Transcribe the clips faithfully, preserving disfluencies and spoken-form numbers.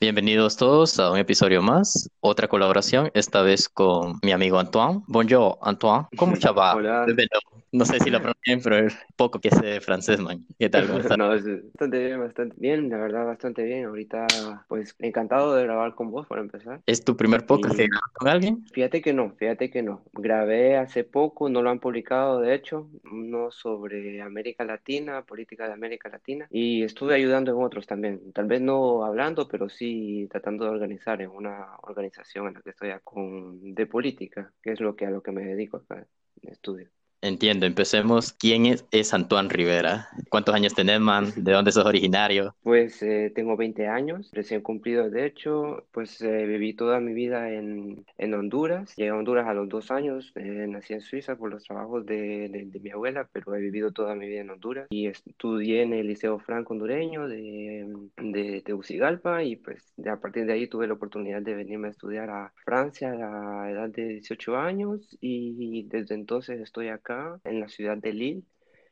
Bienvenidos todos a un episodio más, otra colaboración, esta vez con mi amigo Antoine. Bonjour, Antoine. ¿Cómo se va? Hola. Bienvenido. No sé si lo pronuncié bien, pero es poco que sé de francés, man. ¿Qué tal? ¿Cómo estás? No, es bastante bien, bastante bien, la verdad, bastante bien. Ahorita, pues, encantado de grabar con vos para empezar. ¿Es tu primer podcast que Y grabas con alguien? fíjate que no, fíjate que no. Grabé hace poco, no lo han publicado, de hecho, uno sobre América Latina, política de América Latina, y estuve ayudando en otros también. Tal vez no hablando, pero sí tratando de organizar en una organización en la que estoy con, de política, que es lo que a lo que me dedico acá en estudio. Entiendo, empecemos. ¿Quién es, es Antoine Rivera? ¿Cuántos años tenés, man? ¿De dónde sos originario? Pues eh, tengo veinte años, recién cumplidos de hecho, pues eh, viví toda mi vida en, en Honduras. Llegué a Honduras a los dos años, eh, nací en Suiza por los trabajos de, de, de mi abuela, pero he vivido toda mi vida en Honduras y estudié en el Liceo Franco Hondureño de, de Tegucigalpa y pues de, a partir de ahí tuve la oportunidad de venirme a estudiar a Francia a la edad de dieciocho años y desde entonces estoy acá en la ciudad de Lille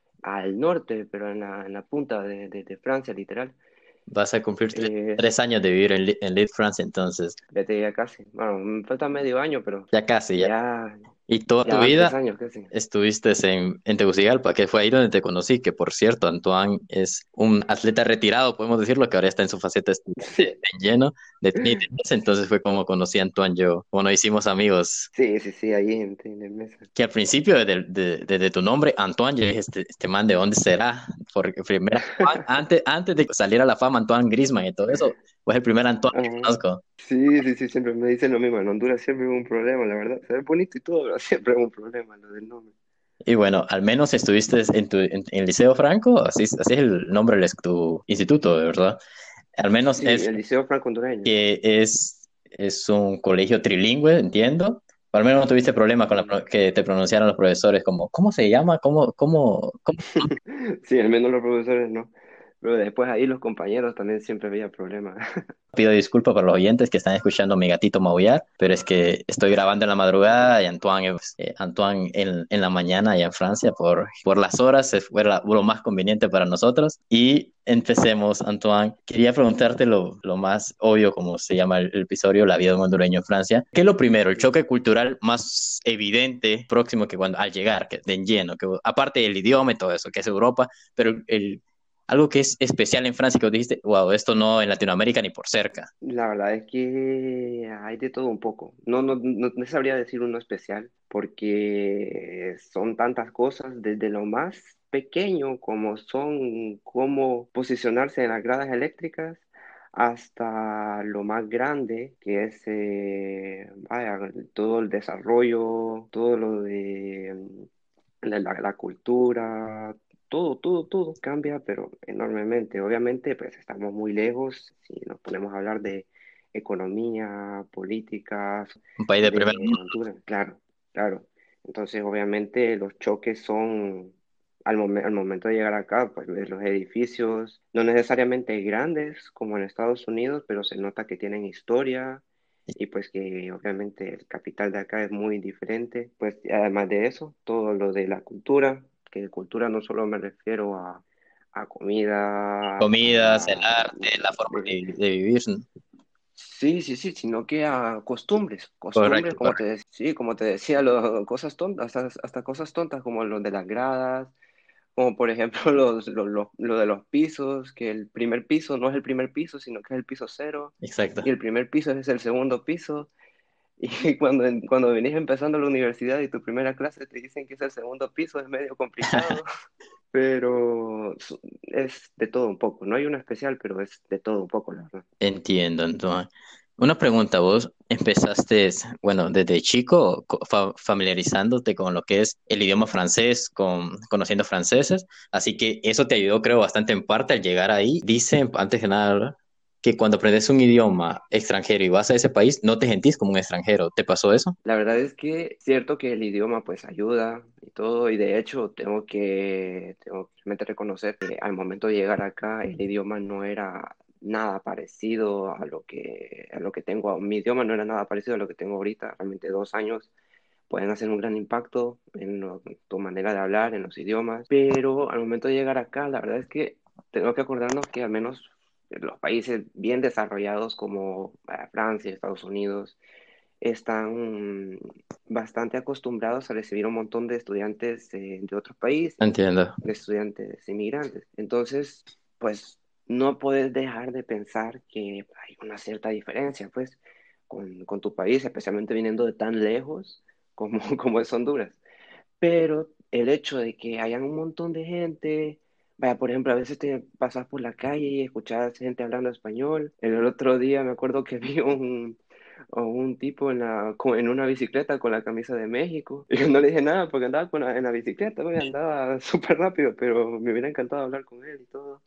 al norte, pero en la, en la punta de, de, de Francia, literal. Vas a cumplir tres, Eh, tres años de vivir en, Li- en Lille, France, entonces. ya te diría casi. Bueno, me falta medio año, pero Ya casi, ya. ya, ¿Y toda ya tu van tres vida años casi. estuviste en, en Tegucigalpa, que fue ahí donde te conocí? Que por cierto, Antoine es un atleta retirado, podemos decirlo, que ahora está en su faceta estudiantil Sí, en lleno de tenis de mesa, entonces fue como conocí a Antoine yo, como nos hicimos amigos. sí, sí, sí, ahí en, en el mesa. Que al principio de, de, de- de tu nombre, Antoine, yo dije, este, este man, ¿de dónde será? Porque primero, Antoine, antes, antes de salir a la fama, Antoine Griezmann y todo eso, fue el primer Antoine que Ajá. conozco. Sí, sí, sí, siempre me dicen lo mismo. En Honduras siempre hubo un problema, la verdad. Se ve bonito y todo, pero siempre hubo un problema lo del nombre. Y bueno, al menos estuviste en tu en, en Liceo Franco, así, es- así es el nombre de tu instituto, de verdad. Al menos Sí, es el Liceo Franco Hondureño. que es, es un colegio trilingüe, entiendo. Al menos no tuviste problema con la Mm. pro- que te pronunciaran los profesores como, ¿cómo se llama? ¿Cómo, cómo, cómo? Sí, al menos los profesores no. Pero después ahí los compañeros también siempre había problemas. Pido disculpas para los oyentes que están escuchando a mi gatito maullar, pero es que estoy grabando en la madrugada y Antoine, es- eh, Antoine en, en la mañana allá en Francia por, por las horas, es fue la- lo más conveniente para nosotros. Y empecemos, Antoine. Quería preguntarte lo, lo más obvio, como se llama el, el episodio, la vida de un hondureño en Francia. ¿Qué es lo primero, el choque cultural más evidente, próximo que cuando al llegar, que de en lleno, que aparte del idioma y todo eso, que es Europa, pero el, algo que es especial en Francia que vos dijiste, wow, esto no en Latinoamérica ni por cerca. La verdad es que hay de todo un poco. No, no, no, no sabría decir uno especial porque son tantas cosas, desde lo más pequeño como son cómo posicionarse en las gradas eléctricas hasta lo más grande que es eh, vaya, todo el desarrollo, todo lo de mm, la, la la cultura, todo, todo, todo cambia, pero enormemente. Obviamente, pues estamos muy lejos si nos ponemos a hablar de economía, políticas, Un país de primer de mundo. Honduras, claro, claro. Entonces, obviamente, los choques son, al, momen- al momento de llegar acá, pues ves los edificios, no necesariamente grandes como en Estados Unidos, pero se nota que tienen historia y pues que obviamente el capital de acá es muy diferente. Pues y además de eso, todo lo de la cultura, que de cultura no solo me refiero a, a comida, Comidas, el a... arte, la forma de- de, de vivir. sí, sí, sí, sino que a costumbres, costumbres, Correcto, como te, correcto. de- sí, como te decía, lo- cosas tontas, hasta, hasta cosas tontas como lo de las gradas, como por ejemplo los, lo, lo- lo de los pisos, que el primer piso no es el primer piso, sino que es el piso cero, Exacto. y el primer piso es el segundo piso. Y cuando, cuando venís empezando la universidad y tu primera clase te dicen que es el segundo piso, es medio complicado, pero su- es de todo un poco. No hay uno especial, pero es de todo un poco, la verdad. Entiendo, entonces. Una pregunta, vos empezaste, bueno, desde chico co- fa- familiarizándote con lo que es el idioma francés, con, conociendo franceses, así que eso te ayudó, creo, bastante en parte al llegar ahí. Dicen, antes que nada, ¿verdad?, que cuando aprendes un idioma extranjero y vas a ese país, no te sentís como un extranjero. ¿Te pasó eso? La verdad es que es cierto que el idioma pues ayuda y todo, y de hecho tengo que, tengo que realmente reconocer que al momento de llegar acá el idioma no era nada parecido a lo que, a lo que tengo, mi idioma no era nada parecido a lo que tengo ahorita, realmente dos años pueden hacer un gran impacto en, lo- en tu manera de hablar, en los idiomas, pero al momento de llegar acá, la verdad es que tengo que acordarnos que al menos los países bien desarrollados como eh, Francia, Estados Unidos, están mm, bastante acostumbrados a recibir un montón de estudiantes eh, de otros países, Entiendo. de estudiantes inmigrantes. Entonces, pues no puedes dejar de pensar que hay una cierta diferencia, pues, con, con tu país, especialmente viniendo de tan lejos como, como es Honduras. Pero el hecho de que hayan un montón de gente, vaya, por ejemplo, a veces te pasas por la calle y escuchas gente hablando español. El otro día me acuerdo que vi un, a un tipo en, la, co- en una bicicleta con la camisa de México. Y yo no le dije nada porque andaba con la- en la bicicleta, güey, andaba súper rápido, pero me hubiera encantado hablar con él y todo.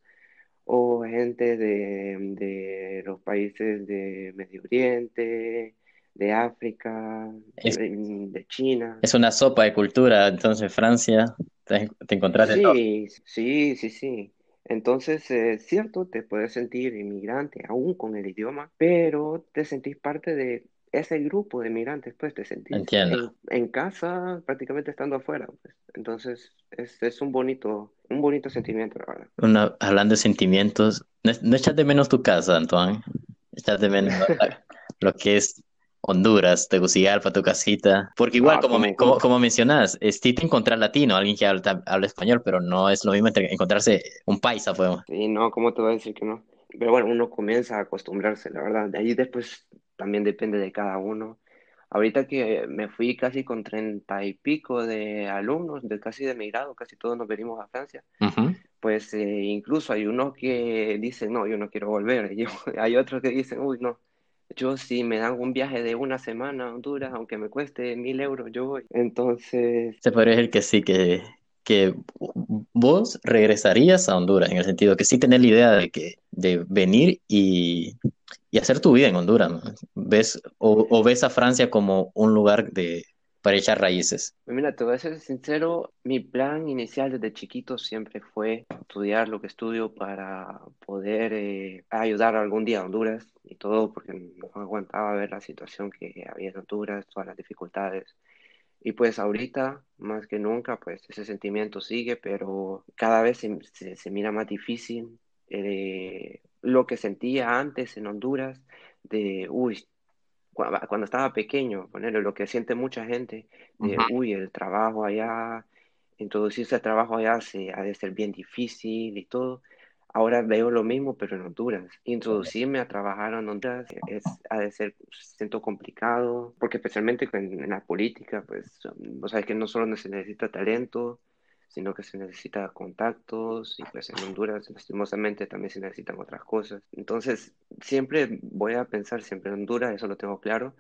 O gente de, de los países de Medio Oriente, de África, Es, de, de China. es una sopa de cultura, entonces Francia, te, te encontrás de todo. Sí, sí, sí, sí. Entonces, eh, es cierto, te puedes sentir inmigrante aún con el idioma, pero te sentís parte de ese grupo de migrantes, pues te sentís Entiendo. en, en casa prácticamente estando afuera, pues. Entonces, es, es un bonito, un bonito sentimiento, la verdad. Una, hablando de sentimientos, ¿no, no echas de menos tu casa, Antoine? ¿Echas de menos la- lo que es Honduras, Tegucigalpa, tu casita? Porque igual, Ah, como, me- como, como, como, como mencionas, es sí te encontrar latino, alguien que habla, habla español, pero no es lo mismo entre encontrarse un paisa, pues. sí, no, ¿cómo te voy a decir que no? Pero bueno, uno comienza a acostumbrarse, la verdad. De ahí después también depende de cada uno. Ahorita que me fui casi con treinta y pico de alumnos, de casi de mi grado, casi todos nos venimos a Francia, Ujú. pues eh, incluso hay unos que dicen, no, yo no quiero volver. Y yo- hay otros que dicen, uy, no, yo si me dan un viaje de una semana a Honduras, aunque me cueste mil euros, yo voy. Entonces, Se podría decir que sí, que, que vos regresarías a Honduras, en el sentido que sí tenés la idea de que de venir y, y hacer tu vida en Honduras, ¿no? ¿Ves, o, o ves a Francia como un lugar de, para echar raíces? pues mira, te voy a ser sincero, mi plan inicial desde chiquito siempre fue estudiar lo que estudio para poder eh, ayudar algún día a Honduras y todo, porque no aguantaba ver la situación que había en Honduras, todas las dificultades. Y pues ahorita, más que nunca, pues ese sentimiento sigue, pero cada vez se, se- se mira más difícil. Eh, lo que sentía antes en Honduras, de, uy, cu- cuando estaba pequeño, ponerle lo que siente mucha gente, de, Ujú. uy, el trabajo allá, introducirse al trabajo allá se, ha de ser bien difícil y todo. Ahora veo lo mismo, pero en Honduras. Introducirme a trabajar en Honduras es, ha de ser, siento complicado, porque especialmente en, en la política, pues, um, o sea, que no solo se necesita talento, sino que se necesita contactos y pues en Honduras lastimosamente también se necesitan otras cosas. Entonces, siempre voy a pensar siempre en Honduras, eso lo tengo claro,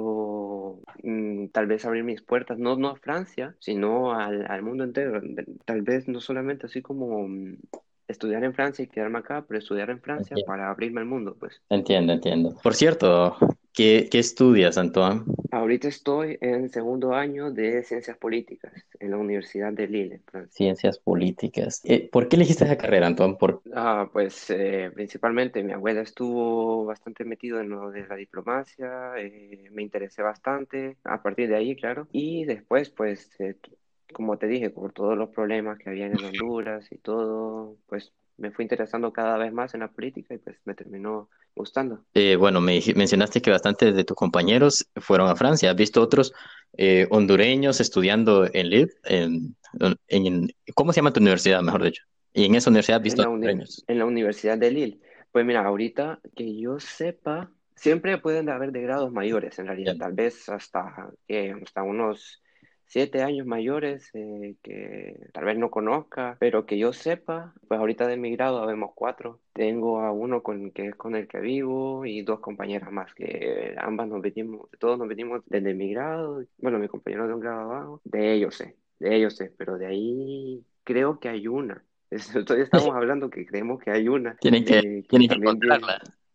pero mm, tal vez abrir mis puertas, no, no a Francia, sino al, al mundo entero. Tal vez no solamente así como mm, estudiar en Francia y quedarme acá, pero estudiar en Francia Entiendo, para abrirme al mundo, pues. entiendo, entiendo. Por cierto, ¿qué, qué estudias, Antoine? Ahorita estoy en segundo año de Ciencias Políticas en la Universidad de Lille, en Francia. Ciencias políticas. Eh, ¿por qué elegiste esa carrera, Antoine? Por... Ah, pues eh, principalmente mi abuela estuvo bastante metido en lo de la diplomacia, eh, me interesé bastante a partir de ahí, claro, y después, pues, eh, t- como te dije, por todos los problemas que habían en Honduras y todo, pues me fui interesando cada vez más en la política y pues me terminó gustando. Eh, bueno, me dij- mencionaste que bastantes de tus compañeros fueron a Francia. ¿Has visto otros eh, hondureños estudiando en Lille? En, en- ¿cómo se llama tu universidad, mejor dicho? Y en esa universidad has En visto la uni- hondureños. en la Universidad de Lille. Pues mira, ahorita que yo sepa, siempre pueden haber de grados mayores, en realidad, Entiendo. tal vez hasta, que hasta unos siete años mayores eh, que tal vez no conozca, pero que yo sepa, pues ahorita de mi grado habemos cuatro. Tengo a uno con que es con el que vivo y dos compañeras más que ambas nos venimos, todos nos venimos desde mi grado, bueno, mi compañero de un grado abajo, de ellos sé, de ellos sé, pero de ahí creo que hay una. Todavía estamos hablando que creemos que hay una Tienen que, eh, que tienen que también viene, encontrarla.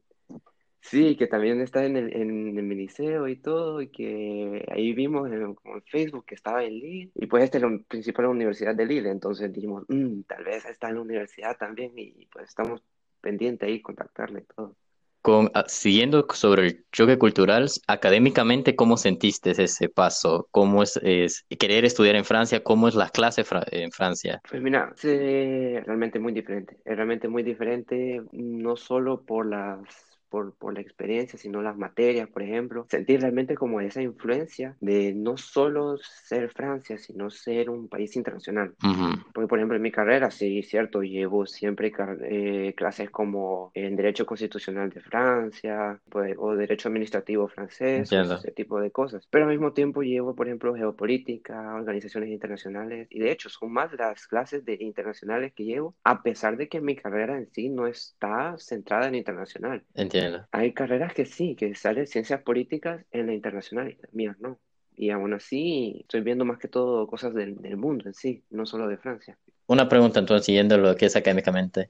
sí, que también está en el, en, en mi liceo y todo, y que ahí vimos en, como en Facebook que estaba en Lille, y pues esta es la principal universidad de Lille, entonces dijimos, "Mm, tal vez está en la universidad también, y pues estamos pendientes ahí, contactarle y todo. Con, ah, siguiendo sobre el choque cultural, académicamente, ¿cómo sentiste ese paso? ¿Cómo es, es querer estudiar en Francia? ¿Cómo es la clase fra- en Francia? Pues mira, es realmente muy diferente, es realmente muy diferente, no solo por las, por, por la experiencia, sino las materias, por ejemplo. Sentir realmente como esa influencia de no solo ser Francia, sino ser un país internacional. Ujú. Porque, por ejemplo, en mi carrera, sí, cierto, llevo siempre car- eh, clases como en Derecho Constitucional de Francia, pues, o Derecho Administrativo francés, o Entiendo, ese tipo de cosas. Pero al mismo tiempo llevo, por ejemplo, Geopolítica, Organizaciones Internacionales, y de hecho son más las clases de internacionales que llevo, a pesar de que mi carrera en sí no está centrada en internacional. entiendo. Hay carreras que sí, que salen ciencias políticas en la internacional, y las mías no. Y aún así, estoy viendo más que todo cosas del, del mundo en sí, no solo de Francia. Una pregunta entonces, siguiendo lo que es académicamente.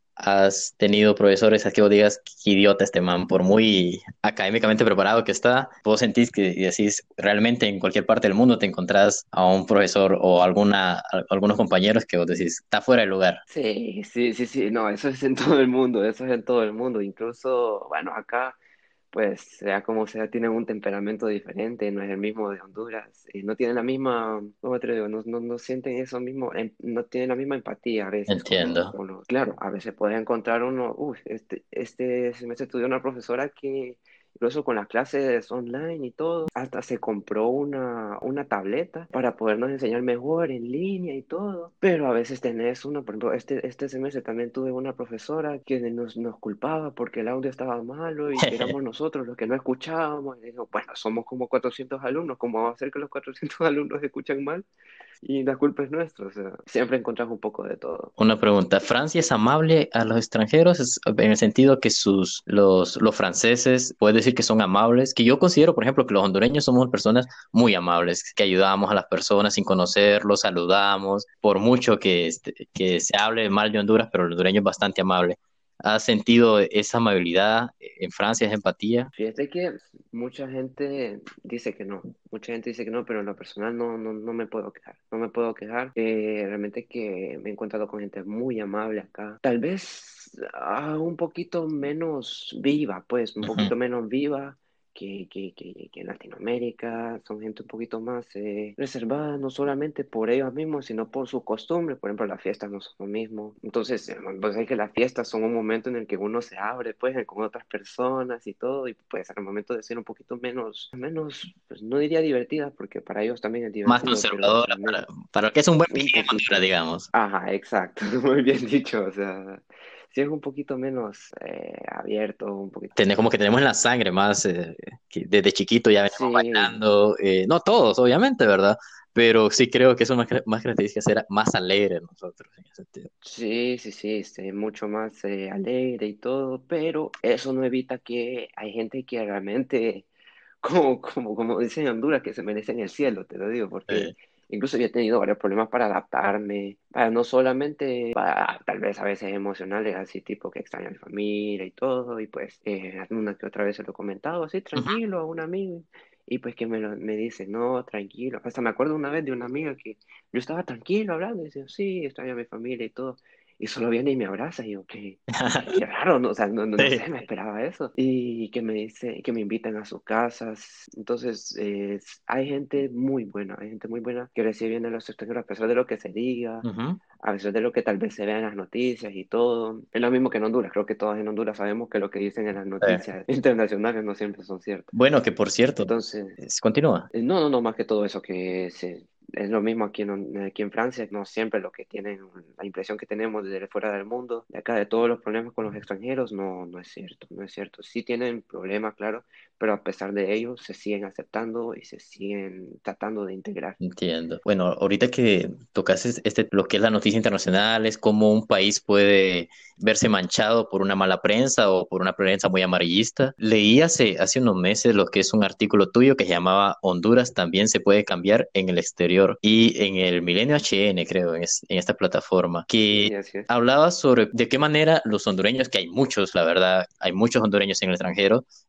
¿Has tenido profesores a que vos digas qué idiota este man, por muy académicamente preparado que está, vos sentís que y decís realmente en cualquier parte del mundo te encontrás a un profesor o alguna, a- algunos compañeros que vos decís está fuera de lugar? Sí, sí, sí, sí, no, eso es en todo el mundo, eso es en todo el mundo. Incluso, bueno, acá, pues, sea como sea, tienen un temperamento diferente, no es el mismo de Honduras, y no tienen la misma, ¿cómo te digo? No, no, no sienten eso mismo, em- no tienen la misma empatía a veces con los, Entiendo. con los, claro, a veces puedes encontrar uno, uff, este, este semestre estudió una profesora que incluso con las clases online y todo, hasta se compró una, una tableta para podernos enseñar mejor en línea y todo. Pero a veces tenés uno, por ejemplo, este, este semestre también tuve una profesora que nos, nos culpaba porque el audio estaba malo y que éramos nosotros los que no escuchábamos. Y digo, bueno, somos como cuatrocientos alumnos, ¿cómo va a ser que los cuatrocientos alumnos escuchan mal? Y la culpa es nuestra, o sea, siempre encontrás un poco de todo. Una pregunta, ¿Francia es amable a los extranjeros? Es- en el sentido que sus, los, los franceses, puedes decir que son amables, que yo considero, por ejemplo, que los hondureños somos personas muy amables, que ayudamos a las personas sin conocerlos, saludamos, por mucho que, este, que se hable mal de Honduras, pero el hondureño es bastante amable. ¿Has sentido esa amabilidad en Francia, esa empatía? Fíjate que mucha gente dice que no, mucha gente dice que no, pero en lo personal no, no, no me puedo quejar, no me puedo quejar. Eh, realmente que me he encontrado con gente muy amable acá, tal vez ah, un poquito menos viva, pues, un Ujú. poquito menos viva. Que, que, que, que en Latinoamérica son gente un poquito más eh, reservada, no solamente por ellos mismos, sino por su costumbre. Por ejemplo, las fiestas no son lo mismo. Entonces, eh, pues hay que las fiestas son un momento en el que uno se abre, pues, con otras personas y todo, y pues al momento de ser un poquito menos, menos, pues no diría divertida, porque para ellos también es Más divertido, pero conservadora también para, para lo que es un buen un en Honduras, poquito. digamos. Ajá, exacto, muy bien dicho, o sea, sí es un poquito menos eh, abierto, un poquito. Tener, como que tenemos en la sangre más, eh, que desde chiquito ya venimos Sí, bailando, eh, no todos, obviamente, ¿verdad? Pero sí creo que eso es más, car- más característica ser más alegre nosotros en ese sentido. sí, sí, sí, este, mucho más eh, alegre y todo, pero eso no evita que hay gente que realmente como, como, como dicen en Honduras, que se merecen el cielo, te lo digo, porque Eh, incluso yo he tenido varios problemas para adaptarme, para no solamente, para, tal vez a veces emocionales, así tipo que extraño a mi familia y todo, y pues eh, una que otra vez se lo he comentado, así ujú. tranquilo a un amigo, y pues que me, lo, me dice, no, tranquilo, hasta me acuerdo una vez de una amiga que yo estaba tranquilo hablando, y decía, sí, extraño a mi familia y todo, y solo viene y me abraza, y yo, ¿qué? Qué, qué raro, no, o sea, no, no, no sé, Sí. me esperaba eso. Y que me dice, que me invitan a sus casas. Entonces, eh, hay gente muy buena, hay gente muy buena que recibe bien a los extranjeros a pesar de lo que se diga, Ujú. a pesar de lo que tal vez se vea en las noticias y todo. Es lo mismo que en Honduras, creo que todos en Honduras sabemos que lo que dicen en las Eh, noticias internacionales no siempre son ciertas. Bueno, que por cierto, Entonces, es- continúa. eh, no, no, no, más que todo eso, que se, es lo mismo aquí en, aquí en Francia, no siempre lo que tienen, la impresión que tenemos desde fuera del mundo, de acá, de todos los problemas con los extranjeros, no, no es cierto, no es cierto. Sí tienen problemas, claro, pero a pesar de ello, se siguen aceptando y se siguen tratando de integrar. Entiendo. Bueno, ahorita que tocaste este, lo que es la noticia internacional, es cómo un país puede verse manchado por una mala prensa o por una prensa muy amarillista. Leí hace, hace unos meses lo que es un artículo tuyo que se llamaba Honduras también se puede cambiar en el exterior y en el Milenio H N, creo, en, es- en esta plataforma, que Sí, así es. hablaba sobre de qué manera los hondureños, que hay muchos, la verdad, hay muchos hondureños en el extranjero,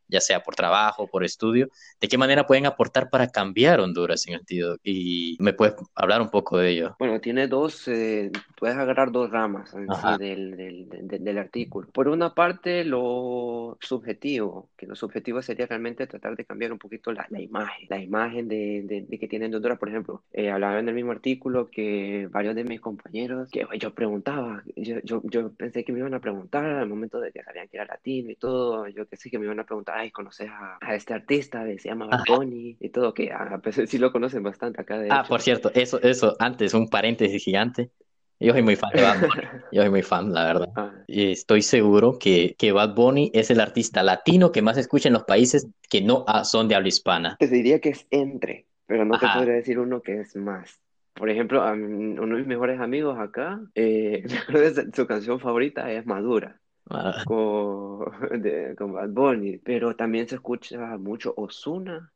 ya sea por trabajo, por estudio, ¿de qué manera pueden aportar para cambiar Honduras en el sentido? Y me puedes hablar un poco de ello. Bueno, tiene dos, eh, puedes agarrar dos ramas en sí Ajá, del, del, del- del artículo. Por una parte, lo subjetivo, que lo subjetivo sería realmente tratar de cambiar un poquito la, la imagen, la imagen de, de, de que tienen de Honduras. Por ejemplo, eh, hablaba en el mismo artículo que varios de mis compañeros, que pues, yo preguntaba, yo, yo, yo pensé que me iban a preguntar al momento de que sabían que era latino y todo, yo que sé que me iban a preguntar, ay, ¿conoces a, a este artista que se llama Bad ajá. Bunny? Y todo, que a pesar sí lo conocen bastante acá, de Ah, hecho. por cierto, eso, eso, antes, un paréntesis gigante. Yo soy muy fan de Bad Bunny. Yo soy muy fan, la verdad. Ah, Y estoy seguro que, que Bad Bunny es el artista latino que más se escucha en los países que no ah, son de habla hispana. te diría que es entre, pero no te Ajá. podría decir uno que es más. Por ejemplo, a mí- uno de mis mejores amigos acá, eh, su su canción favorita es Madura, Ah, con, de- con Bad Bunny, pero también se escucha mucho Ozuna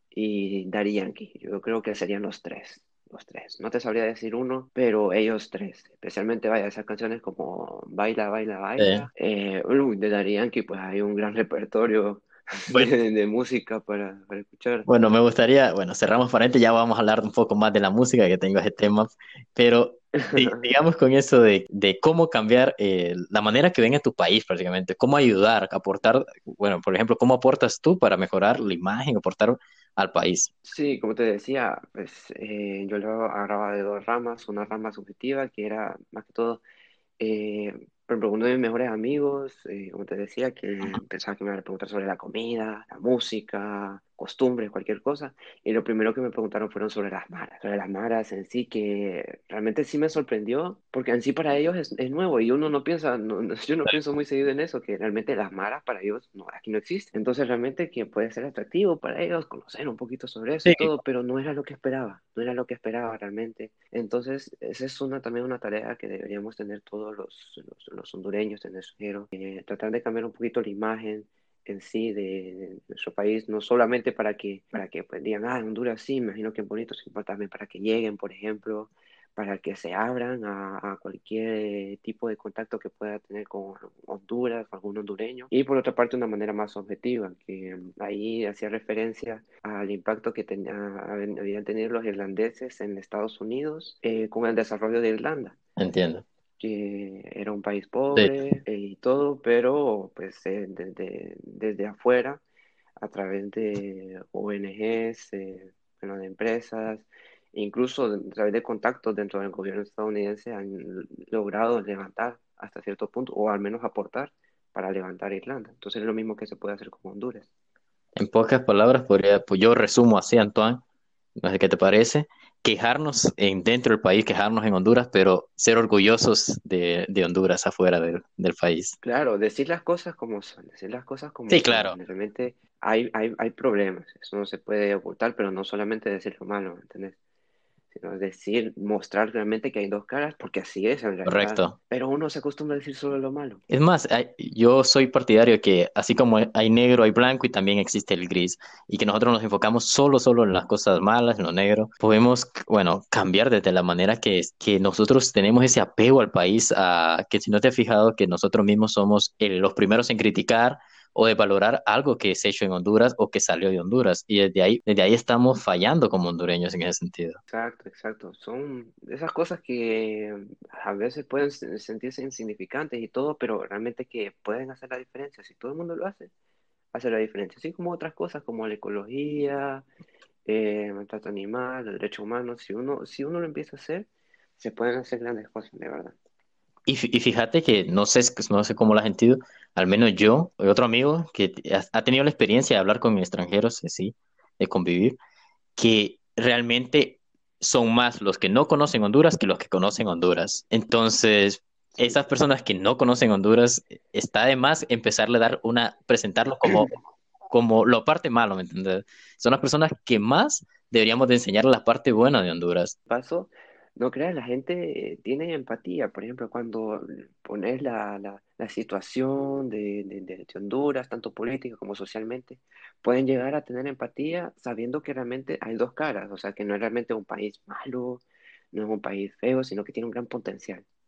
y Daddy Yankee. Yo creo que serían los tres, los tres. No te sabría decir uno, pero ellos tres. Especialmente, vaya, esas canciones como Baila, Baila, eh, Baila. Eh, uy, de Daddy Yankee, pues hay un gran repertorio bueno, de, de música para, para escuchar. bueno, me gustaría, bueno, cerramos paréntesis, ya vamos a hablar un poco más de la música que tengo ese tema, pero di- digamos con eso de, de cómo cambiar eh, la manera que ven a tu país prácticamente, cómo ayudar, aportar, bueno, por ejemplo, cómo aportas tú para mejorar la imagen, aportar al país. Sí, como te decía, pues eh, yo lo agarraba de dos ramas, una rama subjetiva que era más que todo. Eh, por ejemplo, uno de mis mejores amigos, eh, como te decía, que pensaba que me iban a preguntar sobre la comida, la música, costumbres, cualquier cosa. Y lo primero que me preguntaron fueron sobre las maras, sobre las maras en sí, que realmente sí me sorprendió, porque en sí para ellos es, es nuevo y uno no piensa, no- no- yo no pienso muy seguido en eso, que realmente las maras para ellos no, aquí no existen. Entonces realmente que puede ser atractivo para ellos conocer un poquito sobre eso y Sí, todo, pero no era lo que esperaba, no era lo que esperaba realmente. Entonces, esa es una, también una tarea que deberíamos tener todos los, los, los hondureños en el extranjero, eh, tratar de cambiar un poquito la imagen en sí de, de nuestro país, no solamente para que, para que pues, digan, ah, Honduras sí, me imagino que es bonito, sino también para que lleguen, por ejemplo, para que se abran a, a cualquier tipo de contacto que pueda tener con Honduras, algún hondureño. Y por otra parte, una manera más objetiva, que mm, ahí hacía referencia al impacto que tenía, habían habían tenido los irlandeses en Estados Unidos eh, con el desarrollo de Irlanda, entiendo. que era un país Sí. pobre eh, y todo, pero pues eh, desde, desde afuera, a través de O N Ges, eh, bueno, de empresas, e incluso a través de contactos dentro del gobierno estadounidense, han logrado levantar hasta cierto punto, o al menos aportar para levantar Irlanda. Entonces es lo mismo que se puede hacer con Honduras. En pocas palabras, podría, pues yo resumo así, Antoine, no sé qué te parece, quejarnos en, dentro del país, quejarnos en Honduras, pero ser orgullosos de, de Honduras afuera del, del país. Claro, decir las cosas como son, decir las cosas como Sí, son. claro, Realmente hay, hay, hay problemas, eso no se puede ocultar, pero no solamente decir lo malo, ¿me entiendes? Sino decir, mostrar realmente que hay dos caras, porque así es en realidad. correcto. Pero uno se acostumbra a decir solo lo malo. Es más, hay- yo soy partidario de que así como hay negro, hay blanco y también existe el gris, y que nosotros nos enfocamos solo, solo en las cosas malas, en lo negro, podemos, bueno, cambiar desde la manera que, es- que nosotros tenemos ese apego al país, a que si no te has fijado que nosotros mismos somos eh, los primeros en criticar o de valorar algo que es hecho en Honduras o que salió de Honduras, y desde ahí, desde ahí estamos fallando como hondureños en ese sentido. Exacto, exacto. Son esas cosas que a veces pueden se- sentirse insignificantes y todo, pero realmente que pueden hacer la diferencia. Si todo el mundo lo hace, hace la diferencia. Así como otras cosas como la ecología, eh, maltrato animal, los derechos humanos. Si uno, si uno lo empieza a hacer, se pueden hacer grandes cosas, de verdad. Y, fí- y fíjate que no sé, pues, no sé cómo lo has sentido, al menos yo, y otro amigo que t- ha, ha tenido la experiencia de hablar con extranjeros, eh, sí, de convivir, que realmente son más los que no conocen Honduras que los que conocen Honduras. Entonces, Sí. esas personas que no conocen Honduras, eh, está de más empezarle a dar una, presentarlo como, como la parte malo, ¿me entiendes? Son las personas que más deberíamos de enseñar la parte buena de Honduras. Paso, no creas, la gente eh, tiene empatía. Por ejemplo, cuando pones la, la, la situación de, de, de- de Honduras, tanto política como socialmente, pueden llegar a tener empatía sabiendo que realmente hay dos caras, o sea, que no es realmente un país malo, no es un país feo, sino que tiene un gran potencial.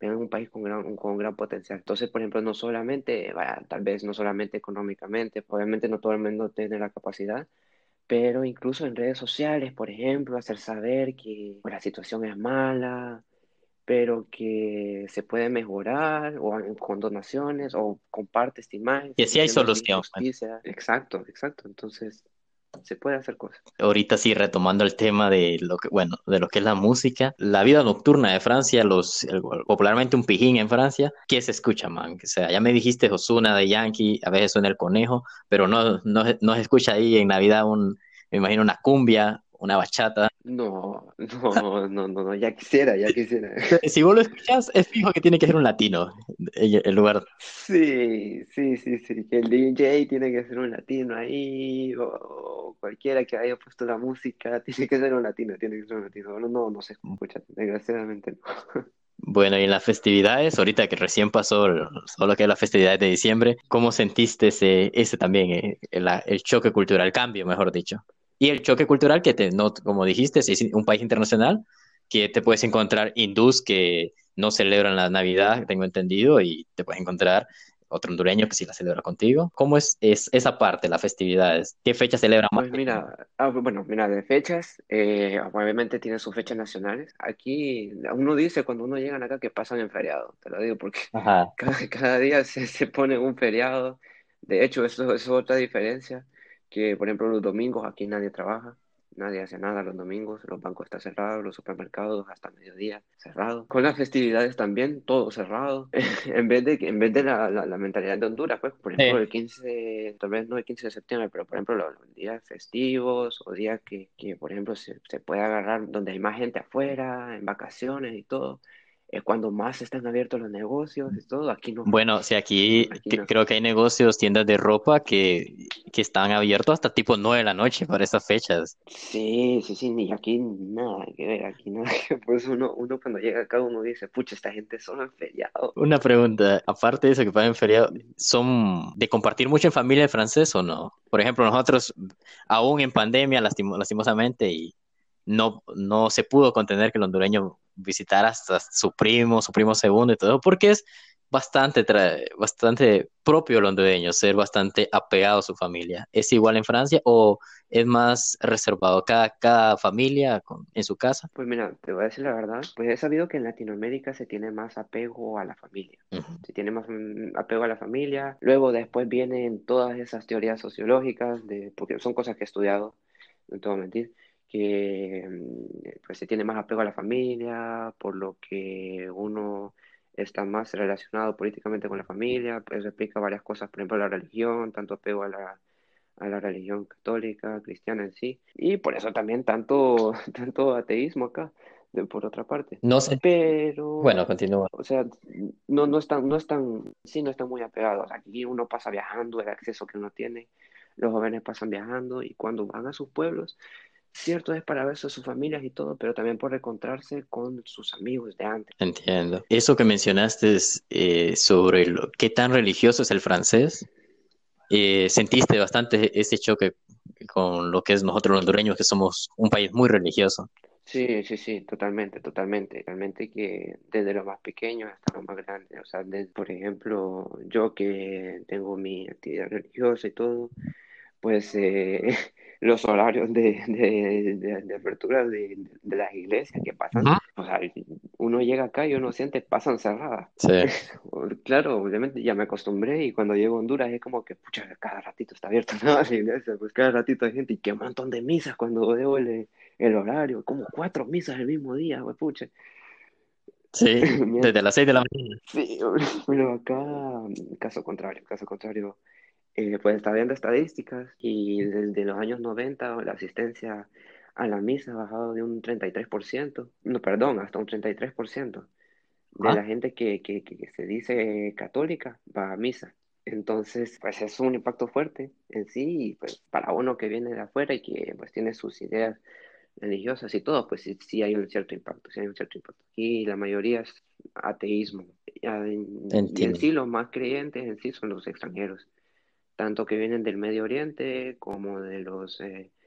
ven un país con gran, con gran potencial. Entonces, por ejemplo, no solamente, vaya, tal vez no solamente económicamente, obviamente no todo el mundo tiene la capacidad, pero incluso en redes sociales, por ejemplo, hacer saber que pues, la situación es mala, pero que se puede mejorar, o en- con donaciones, o comparte esta imagen Que sí hay diciendo esta solución. injusticia. Exacto, exacto. Entonces, se puede hacer cosas. Ahorita sí, retomando el tema de lo que, bueno, de lo que es la música, la vida nocturna de Francia, los, el- popularmente un pijín en Francia, ¿qué se escucha, man? O sea, ya me dijiste Ozuna de Yankee, a veces suena el conejo, pero no, no, no se escucha ahí en Navidad un, me imagino una cumbia, una bachata. No, no, no, no, no, ya quisiera, ya quisiera. Si vos lo escuchas, es fijo que tiene que ser un latino, en el lugar. Sí, sí, sí, sí, que el D J tiene que ser un latino ahí, o, o cualquiera que haya puesto la música, tiene que ser un latino, tiene que ser un latino. No, no, no se escucha, desgraciadamente no. Bueno, y en las festividades, ahorita que recién pasó el- solo que es las festividades de diciembre, ¿cómo sentiste ese, ese también, eh, el, el choque cultural, el cambio, mejor dicho? Y el choque cultural que te, no, como dijiste, es un país internacional que te puedes encontrar hindús que no celebran la Navidad, tengo entendido, y te puedes encontrar otro hondureño que sí la celebra contigo. ¿Cómo es, es esa parte, las festividades? ¿Qué fecha celebran más? Pues mira, ah, bueno, mira, de fechas, eh, obviamente tiene sus fechas nacionales. Aquí uno dice cuando uno llega acá que pasan en feriado, te lo digo porque Ajá. cada, cada día se, se pone un feriado. De hecho, eso, eso es otra diferencia, que por ejemplo los domingos aquí nadie trabaja, nadie hace nada los domingos, los bancos están cerrados, los supermercados hasta mediodía cerrados. Con las festividades también, todo cerrado. En vez de, en vez de la, la, la mentalidad de Honduras, pues, por ejemplo, Sí. el quince, tal vez no el quince de septiembre, pero por ejemplo los, los días festivos o días que, que por ejemplo, se, se puede agarrar donde hay más gente afuera, en vacaciones y todo, es cuando más están abiertos los negocios y todo. Aquí no, Bueno, sí, aquí aquí que- no. creo que hay negocios, tiendas de ropa que, que están abiertos hasta tipo nueve de la noche para esas fechas. Sí, sí, sí, ni aquí nada que ver, aquí nada que ver. Por eso uno, uno cuando llega acá uno dice, pucha, esta gente son en feriado. Una pregunta, aparte de eso que pagan feriado, ¿son de compartir mucho en familia el francés o no? Por ejemplo, nosotros, aún en pandemia, lastimo- lastimosamente, y no, no se pudo contener que el hondureño visitara hasta su primo, su primo segundo y todo, porque es bastante, tra- bastante propio el hondureño, ser bastante apegado a su familia. ¿Es igual en Francia o es más reservado cada, cada familia con- en su casa? Pues mira, te voy a decir la verdad, pues he sabido que en Latinoamérica se tiene más apego a la familia. Ujú. Se tiene más mm, apego a la familia. Luego después vienen todas esas teorías sociológicas, de, porque son cosas que he estudiado, no te voy a mentir, que mm, pues se tiene más apego a la familia, por lo que uno está más relacionado políticamente con la familia. Pues eso explica varias cosas, por ejemplo, la religión, tanto apego a la a la religión católica, cristiana en sí, y por eso también tanto, tanto ateísmo acá, de- por otra parte. No sé. Bueno, Pero, continúa. o sea, no, no están, no están, sí, no están muy apegados. Aquí uno pasa viajando, el acceso que uno tiene, los jóvenes pasan viajando y cuando van a sus pueblos, cierto es para verse a sus familias y todo, pero también por encontrarse con sus amigos de antes. Entiendo. Eso que mencionaste es, eh, sobre lo, qué tan religioso es el francés, eh, sentiste bastante ese choque con lo que es nosotros los hondureños, que somos un país muy religioso. Sí, sí, sí, totalmente, totalmente. Realmente que desde lo más pequeño hasta lo más grande. O sea, de- por ejemplo, yo que tengo mi actividad religiosa y todo, pues eh, los horarios de, de, de- de apertura de, de las iglesias que pasan, Ujú. o sea, uno llega acá y uno siente pasan cerradas. Sí, Claro, obviamente ya me acostumbré y cuando llego a Honduras es como que, pucha, cada ratito está abierta la iglesia, pues cada ratito hay gente y qué montón de misas cuando veo el, el horario, como cuatro misas el mismo día, pues pucha. sí, Mien- desde las seis de la mañana. Sí, pero acá, caso contrario, caso contrario. Eh, pues está viendo estadísticas y desde los años noventa la asistencia a la misa ha bajado de un treinta y tres por ciento, no, perdón, hasta un treinta y tres por ciento de Ah, la gente que, que, que se dice católica va a misa. Entonces, pues es un impacto fuerte en sí, y pues para uno que viene de afuera y que pues tiene sus ideas religiosas y todo, pues sí, sí hay un cierto impacto, sí hay un cierto impacto. Aquí la mayoría es ateísmo, y en y en entiendo. sí los más creyentes en sí son los extranjeros tanto que vienen del Medio Oriente como de los, eh,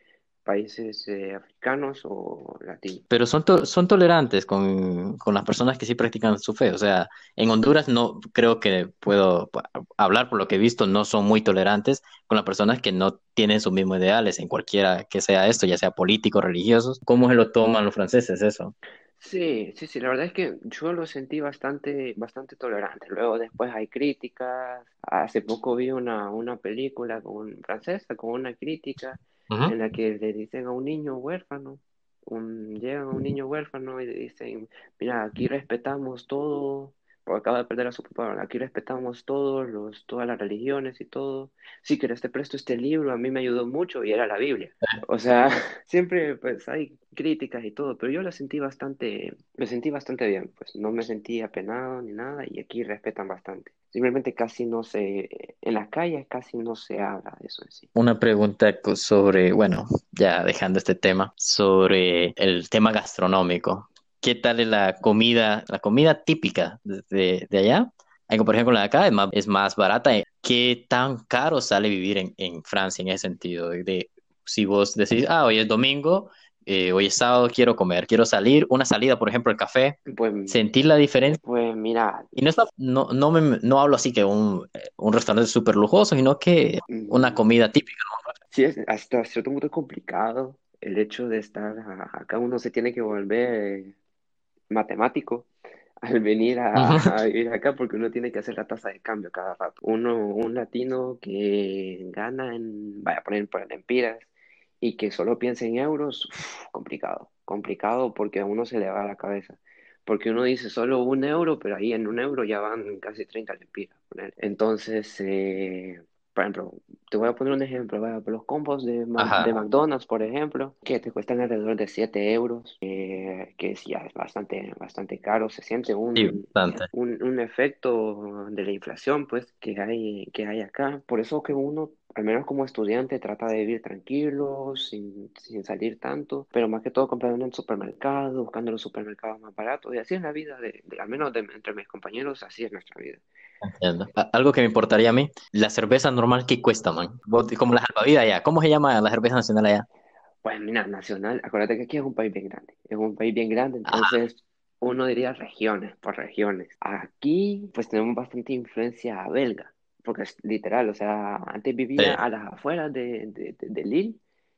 países eh, africanos o latinos. Pero son, to- son tolerantes con, con las personas que sí practican su fe. O sea, en Honduras no creo que puedo pa- hablar por lo que he visto, no son muy tolerantes con las personas que no tienen sus mismos ideales en cualquiera que sea esto, ya sea políticos, religiosos. ¿Cómo se lo toman los franceses eso? Sí, sí, sí, la verdad es que yo lo sentí bastante, bastante tolerante. Luego después hay críticas. Hace poco vi una, una película con, francesa con una crítica Ujú. en la que le dicen a un niño huérfano, un, llegan a un niño huérfano y le dicen, mira, aquí respetamos todo, porque acaba de perder a su papá, aquí respetamos todos los, todas las religiones y todo. Si quieres te presto este libro, a mí me ayudó mucho y era la Biblia. O sea, siempre pues hay críticas y todo, pero yo la sentí bastante, me sentí bastante bien, pues no me sentí apenado ni nada y aquí respetan bastante. Simplemente casi no se, en las calles casi no se habla de eso en sí. Una pregunta co- sobre, bueno, ya dejando este tema, sobre el tema gastronómico. ¿Qué tal es la comida, la comida típica de, de- de allá? Algo, por ejemplo, la de acá es más, es más barata. ¿Qué tan caro sale vivir en, en Francia en ese sentido? De, si vos decís, ah, hoy es domingo, eh, hoy es sábado, quiero comer, quiero salir, una salida, por ejemplo, el café, Pues, ¿sentir la diferencia? pues mira, Y no, está, no, no, me, no hablo así que un, un restaurante súper lujoso, sino que una mm, comida típica. sí es hasta cierto punto complicado el hecho de estar a- acá uno se tiene que volver matemático al venir a, Ujú. a vivir acá porque uno tiene que hacer la tasa de cambio cada rato. Uno, un latino que gana en, vaya a poner por lempiras y que solo piensa en euros, uf, complicado, complicado porque a uno se le va la cabeza. Porque uno dice solo un euro, pero ahí en un euro ya van casi treinta lempiras. Poner. Entonces, eh, por ejemplo, te voy a poner un ejemplo, vaya, los combos de, Ma- de Ajá, McDonald's, por ejemplo, que te cuestan alrededor de siete euros, eh, que sí, ya es bastante, bastante caro, se siente sí, un, bastante. un, un efecto de la inflación, pues, que hay, que hay acá. Por eso que uno, al menos como estudiante, trata de vivir tranquilo, sin, sin salir tanto, pero más que todo comprando en el supermercado, buscando los supermercados más baratos, y así es la vida de, de- al menos de, entre mis compañeros, así es nuestra vida. Entiendo. A- Algo que me importaría a mí, la cerveza normal, ¿qué cuesta, man? Vos- Como la salvavidas allá. ¿Cómo se llama la cerveza nacional allá? Pues mira, nacional, acuérdate que aquí es un país bien grande, es un país bien grande, Ajá, entonces uno diría regiones, por regiones. Aquí pues tenemos bastante influencia belga, porque es literal, o sea, antes vivía sí. a las afueras de, de, de- de Lille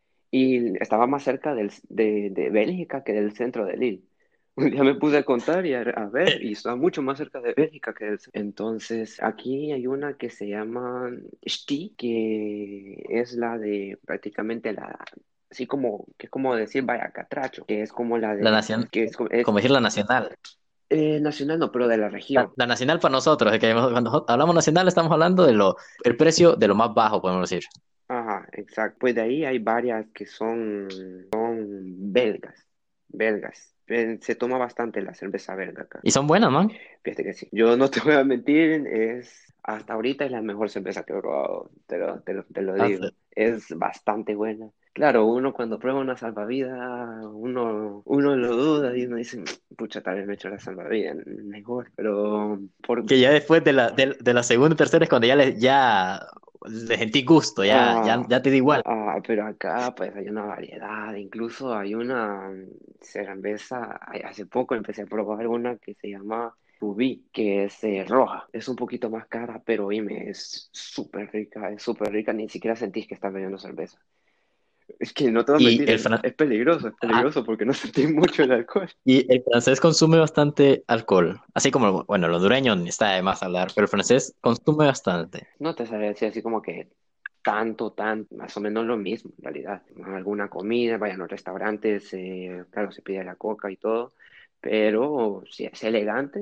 y estaba más cerca del, de, de Bélgica que del centro de Lille. Un día me puse a contar y a, a ver, y está mucho más cerca de Bélgica que del centro. Entonces, aquí hay una que se llama Sti, que es la de prácticamente la, así como, que es como decir vaya catracho, que es como la La de, nación, que es, co- es como decir la nacional. eh, nacional, no, pero de la La, región. la nacional para nosotros, es que cuando hablamos nacional estamos hablando de lo, el precio de lo más bajo, podemos decir. Ajá, exacto. Pues de ahí hay varias que son, son belgas, belgas. Eh, Se toma bastante la cerveza belga acá. Y son buenas, man. Fíjate que sí. Yo no te voy a mentir, es hasta ahorita es la mejor cerveza que he probado, te lo, te lo, te lo Ah, sí. digo. Es bastante buena. Claro, uno cuando prueba una salvavidas, uno, uno lo duda y uno dice, pucha, tal vez me echo la salvavidas mejor, pero por, Que ya después de la, de, de la segunda y tercera es cuando ya le, ya le sentí gusto, ya, ya, ah, ya te da igual. ah, pero acá pues hay una variedad, incluso hay una mm, cerveza, ay, hace poco empecé a probar una que se llama Rubí, que es eh, roja, es un poquito más cara, pero oíme, es súper rica, es súper rica, ni siquiera sentís que estás bebiendo cerveza. Es que no te voy a Y mentir, el, es, fran- es peligroso, es ah, peligroso porque no sentís mucho el alcohol. y el francés consume bastante alcohol, así como, bueno, el hondureño ni está de más hablar, pero el francés consume bastante. No te sabría decir así como que tanto, tan, más o menos lo mismo en realidad. Alguna comida, vayan a los restaurantes, eh, claro, se pide la coca y todo, pero si es elegante,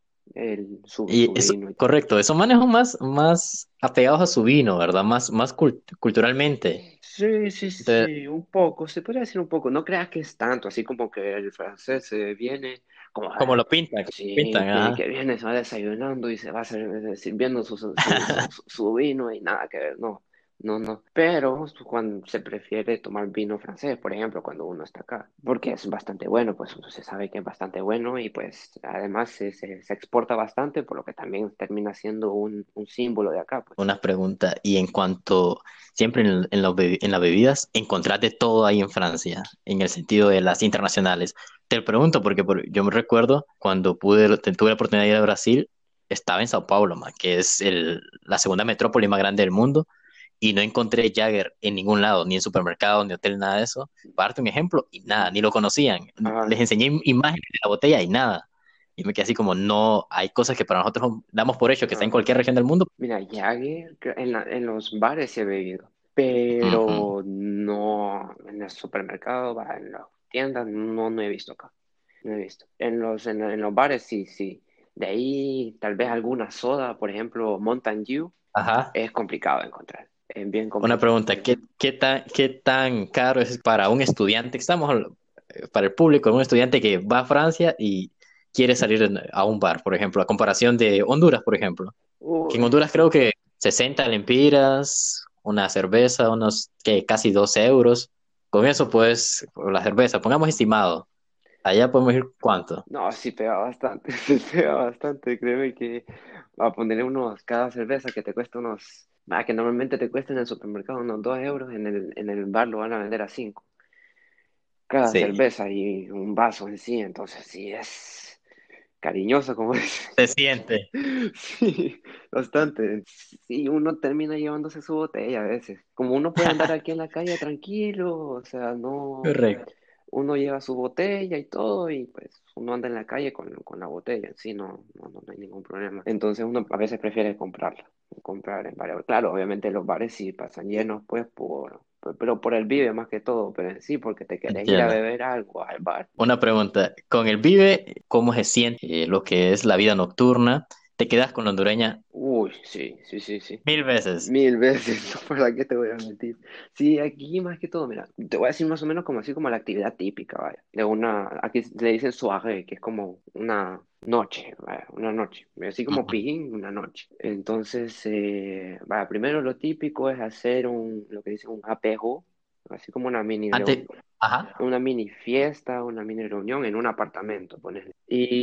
el, su, Y su eso, vino y todo. correcto, esos manes son más, más apegados a su vino, ¿verdad? Más, más cult- culturalmente. Sí, sí, Entonces, sí, un poco, se podría decir un poco, no creas que es tanto, así como que el francés eh, viene, como, como ah, lo pintan, como lo sí, pintan, que, ajá. que viene, se va desayunando y se va ser- sirviendo su, su, su, su- su vino y nada que ver, no. No, no. Pero cuando se prefiere tomar vino francés, por ejemplo, cuando uno está acá, porque es bastante bueno, pues uno se sabe que es bastante bueno y pues además se, se, se exporta bastante, por lo que también termina siendo un, un símbolo de acá, pues. Una pregunta, y en cuanto, siempre en, en, los bebi- en las bebidas, encontrás de todo ahí en Francia, en el sentido de las internacionales. Te lo pregunto porque por- yo me recuerdo cuando pude, te- tuve la oportunidad de ir a Brasil, estaba en Sao Paulo, man, que es el, la segunda metrópoli más grande del mundo, y no encontré Jagger en ningún lado, ni en supermercado, ni hotel, nada de eso. Parte un ejemplo, y nada, ni lo conocían. Ah, Les enseñé im- imágenes de la botella y nada. Y me quedé así como, no, hay cosas que para nosotros damos por hecho que está en ah. cualquier región del mundo. Mira, Jagger cre- en, la- en los bares sí he bebido, Ujú. pero no en el supermercado, va, en las tiendas, no, no he visto acá. No he visto. En los, en, en los bares sí, sí. De ahí tal vez alguna soda, por ejemplo, Mountain Dew, Ajá. es complicado de encontrar. Es bien Una complicado. pregunta, ¿qué, qué tan, qué tan caro es para un estudiante? Estamos habl- eh, para el público, un estudiante que va a Francia y quiere salir en- a un bar, por ejemplo, a comparación de Honduras, por ejemplo. Que en Uy, Honduras creo que sesenta lempiras, una cerveza, unos que casi dos euros. Con eso, pues, la cerveza, pongamos estimado. Allá podemos ir cuánto. no, sí pega bastante, sí pega bastante. Créeme que a ponerle unos, cada cerveza que te cuesta unos, ah, que normalmente te cuesta en el supermercado unos dos euros, en el, en el bar lo van a vender a cinco. Cada Sí, cerveza y un vaso en sí, entonces sí es cariñoso como es. se siente. Sí, bastante. Sí, uno termina llevándose su botella a veces. Como uno puede andar aquí en la calle tranquilo, o sea, no, Correcto. uno lleva su botella y todo, y pues uno anda en la calle con, con la botella, en sí no, no, no no hay ningún problema. Entonces uno a veces prefiere comprarla, comprar en bares. Claro, obviamente los bares sí pasan llenos, pues, por, por- pero por el Vive más que todo, pero en sí, porque te querés ir a Entiendo. beber algo al bar. Una pregunta, con el Vive, ¿cómo se siente eh, lo que es la vida nocturna? ¿Te quedas con la hondureña Uy, sí, sí, sí, sí. mil veces? Mil veces, no, ¿para qué te voy a mentir? Sí, aquí más que todo, mira, te voy a decir más o menos como así como la actividad típica, vaya, de una, aquí le dicen soirée, que es como una noche, vaya, una noche, así como Ujú. pidgin, una noche. Entonces, eh, vaya, primero lo típico es hacer un, lo que dicen un apéro, así como una mini Antes, ajá, una mini fiesta, una mini reunión en un apartamento, ponerle.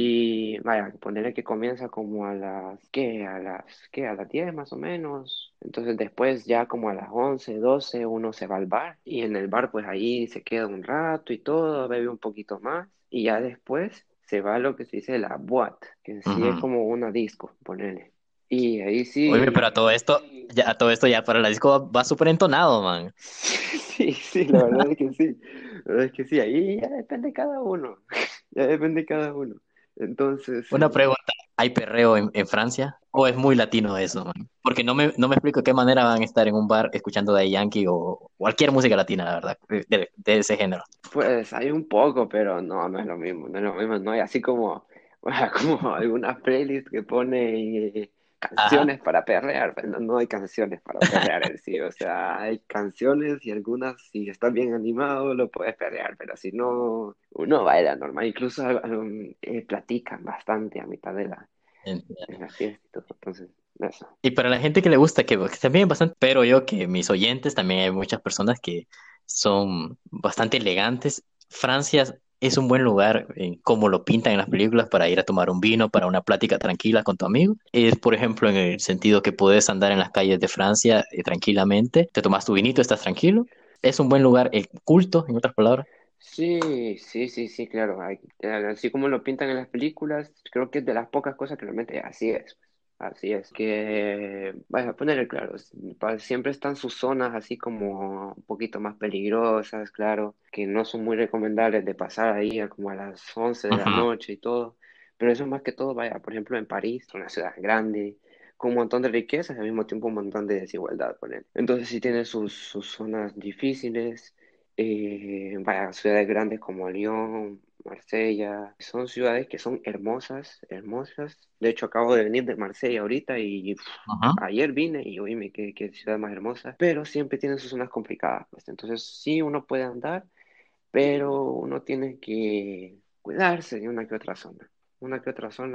Y vaya, ponerle que comienza como a las, ¿qué? A las, ¿qué? A las diez más o menos. Entonces después ya como a las once doce uno se va al bar y en el bar pues ahí se queda un rato y todo, bebe un poquito más y ya después se va a lo que se dice la boîte, que en sí es ujú. como una disco, ponerle. Y ahí Oye, sí. pero a todo esto, ya a todo esto ya para la disco va, va súper entonado, man. Sí, sí, la verdad es que sí. La verdad es que sí, ahí ya depende cada uno. Ya depende cada uno. Entonces, Una pregunta, ¿hay perreo en, en Francia? ¿O es muy latino eso, man? Porque no me, no me explico de qué manera van a estar en un bar escuchando Daddy Yankee o cualquier música latina, la verdad, de, de ese género. pues hay un poco, pero no, no es lo mismo, no es lo mismo, no hay así como, como algunas playlists que pone eh, Ajá, canciones para perrear, pues no, no hay canciones para perrear en sí, o sea, hay canciones y algunas, si estás bien animado, lo puedes perrear, pero si no, uno baila normal, incluso um, eh, platican bastante a mitad de la, de entiendo. la fiesta y todo, entonces, eso. Y para la gente que le gusta, que, que también es bastante, pero yo que mis oyentes, también hay muchas personas que son bastante elegantes. Francia es un buen lugar, eh, como lo pintan en las películas, para ir a tomar un vino, para una plática tranquila con tu amigo. Es, por ejemplo, en el sentido que puedes andar en las calles de Francia eh, tranquilamente, te tomas tu vinito, estás tranquilo. Es un buen lugar, el culto, en otras palabras. Sí, sí, sí, sí, claro. hay- eh, así como lo pintan en las películas, creo que es de las pocas cosas que realmente así es. Pues, así es. Que, vaya a ponerle claro, s- pa- siempre están sus zonas así como un poquito más peligrosas, claro, que no son muy recomendables de pasar ahí a como a las once de la Ujú. noche y todo. Pero eso más que todo, vaya, por ejemplo, en París, una ciudad grande, con un montón de riquezas y al mismo tiempo un montón de desigualdad, por él. Entonces sí tiene sus, sus zonas difíciles eh, vaya, ciudades grandes como Lyon, Marsella, son ciudades que son hermosas, hermosas. De hecho, acabo de venir de Marsella ahorita y uf, Ujú. ayer vine y oíme qué, qué ciudad más hermosa, pero siempre tiene sus zonas complicadas, pues. Entonces, sí, uno puede andar, pero uno tiene que cuidarse de una que otra zona. Una que otra zona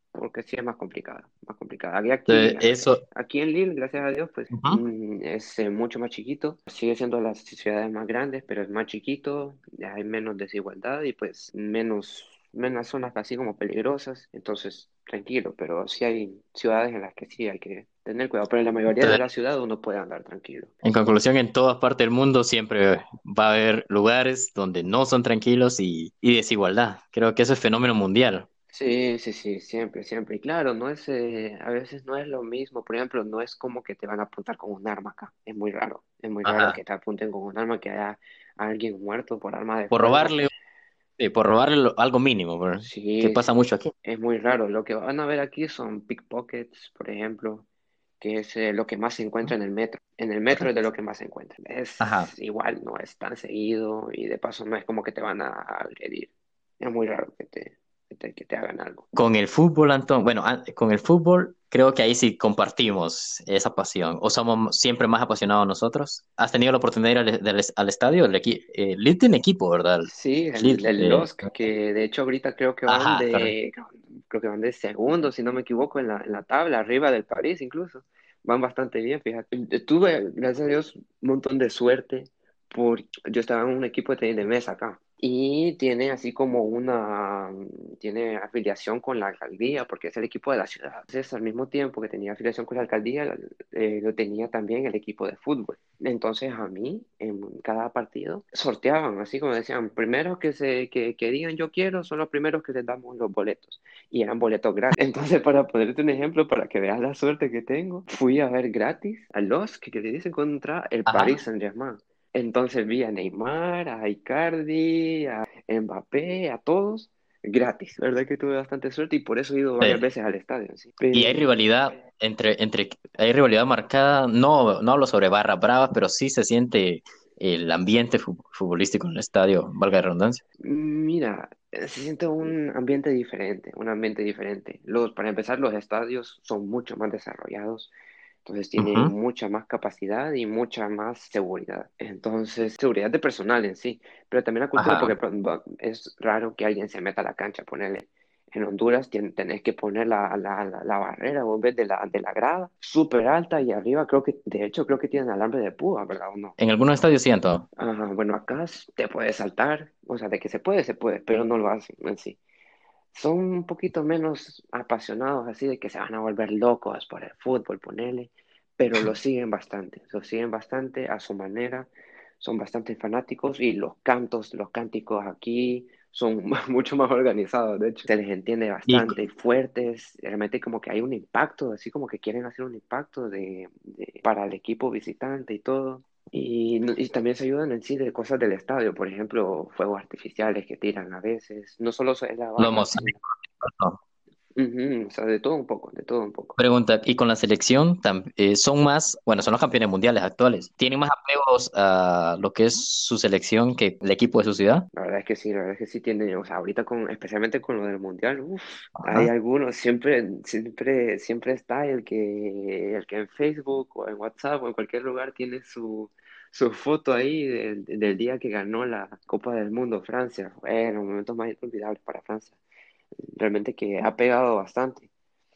porque sí es más complicada, más complicada. Y aquí, Entonces, eso, aquí en Lille, gracias a Dios, pues ujú. mm, es eh, mucho más chiquito. Sigue siendo las ciudades más grandes, pero es más chiquito, ya hay menos desigualdad y pues menos, menos zonas así como peligrosas. Entonces, tranquilo, pero sí hay ciudades en las que sí hay que tener cuidado. Pero en la mayoría de Entonces, la ciudad uno puede andar tranquilo. en conclusión, en todas partes del mundo siempre va a haber lugares donde no son tranquilos y, y desigualdad. Creo que eso es fenómeno mundial. Sí, sí, sí, siempre, siempre. Y claro, no es, eh, a veces no es lo mismo. Por ejemplo, no es como que te van a apuntar con un arma acá. Es muy raro. Es muy raro Ajá. que te apunten con un arma, que haya alguien muerto por arma de Por fuego. robarle, sí, por robarle lo- algo mínimo, ¿verdad? Que Sí, pasa sí, mucho aquí. es muy raro. Lo que van a ver aquí son pickpockets, por ejemplo, que es eh, lo que más se encuentra en el metro. En el metro es de Correcto. lo que más se encuentra. Es Ajá. igual, no es tan seguido y de paso no es como que te van a agredir. Es muy raro que te, que te, que te hagan algo. Con el fútbol, Antón, bueno, an- con el fútbol creo que ahí sí compartimos esa pasión. ¿O somos siempre más apasionados nosotros? ¿Has tenido la oportunidad de ir al, del- al estadio? El equi eh, Lille tiene equipo, ¿verdad? Sí, el, Lille, el eh, LOSC, que de hecho ahorita creo que van ajá, correcto. de, creo que van de segundo, si no me equivoco, en la, en la tabla, arriba del París incluso. Van bastante bien, fíjate. Tuve, gracias a Dios, un montón de suerte, porque yo estaba en un equipo de tenis de mesa acá. Y tiene así como una, tiene afiliación con la alcaldía, porque es el equipo de la ciudad. Entonces, al mismo tiempo que tenía afiliación con la alcaldía, eh, lo tenía también el equipo de fútbol. Entonces a mí, en cada partido, sorteaban, así como decían, primeros que, se, que, que digan yo quiero, son los primeros que les damos los boletos. Y eran boletos gratis. Entonces, para ponerte un ejemplo, para que veas la suerte que tengo, fui a ver gratis a los que, que le dicen contra el Paris Ajá. Saint-Germain. Entonces vi a Neymar, a Icardi, a Mbappé, a todos gratis. La verdad que tuve bastante suerte y por eso he ido varias Sí. veces al estadio. ¿Sí? Y hay Pero rivalidad entre, entre, hay rivalidad marcada, no, no hablo sobre barras bravas, pero sí se siente el ambiente fu- futbolístico en el estadio, valga la redundancia. mira, eh, se siente un ambiente diferente, un ambiente diferente. Los, para empezar, los estadios son mucho más desarrollados, entonces tienen Ujú. mucha más capacidad y mucha más seguridad. Entonces, seguridad de personal en sí, pero también la cultura, Ajá. porque por ejemplo, es raro que alguien se meta a la cancha, ponerle. En Honduras tien- tenés que poner la, la, la, la barrera, vos ves, de la, de la grada, súper alta y arriba creo que, de hecho, creo que tienen alambre de púa, ¿verdad o no? En algunos estadios siento. Ajá, bueno, acá s- te puedes saltar, o sea, de que se puede, se puede, pero no lo hacen en sí. Son un poquito menos apasionados, así de que se van a volver locos por el fútbol, ponele, pero lo siguen bastante, lo siguen bastante a su manera, son bastante fanáticos y los cantos, los cánticos aquí son mucho más organizados, de hecho, se les entiende Y bastante, fuertes, realmente como que hay un impacto, así como que quieren hacer un impacto de, de- para el equipo visitante y todo. Y, no- y también se ayudan en sí de cosas del estadio, por ejemplo, fuegos artificiales que tiran a veces. No solo es la los barra, sino, mosaico, ¿no? ujú, o sea, de todo un poco, de todo un poco. Pregunta, ¿y con la selección tam- eh, son más, bueno, son los campeones mundiales actuales, ¿tienen más apegos a lo que es su selección que el equipo de su ciudad? La verdad es que sí, la verdad es que sí tiene, o sea, ahorita con, especialmente con lo del mundial, uf, hay Ajá. algunos, siempre, siempre, siempre está el que, el que en Facebook o en WhatsApp o en cualquier lugar tiene su, su foto ahí del, del día que ganó la Copa del Mundo Francia. Bueno, momentos más inolvidables para Francia. Realmente que ha pegado bastante.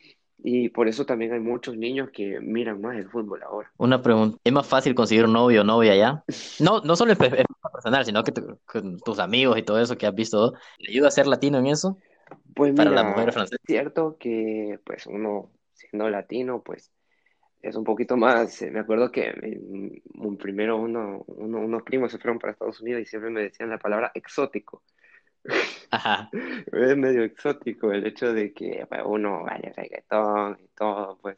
Y por eso también hay muchos niños que miran más el fútbol ahora. Una pregunta, ¿es más fácil conseguir un novio o novia allá? No, no solo en pe- en personal, sino que tu- con tus amigos y todo eso que has visto, ¿te ayuda a ser latino en eso Pues para las mujeres mira, francesas? cierto que pues uno siendo latino pues es un poquito más, eh, me acuerdo que en- un- primero uno, uno- unos primos se fueron para Estados Unidos y siempre me decían la palabra exótico. Ajá, Es medio exótico el hecho de que pues, uno vaya reggaetón y todo, pues.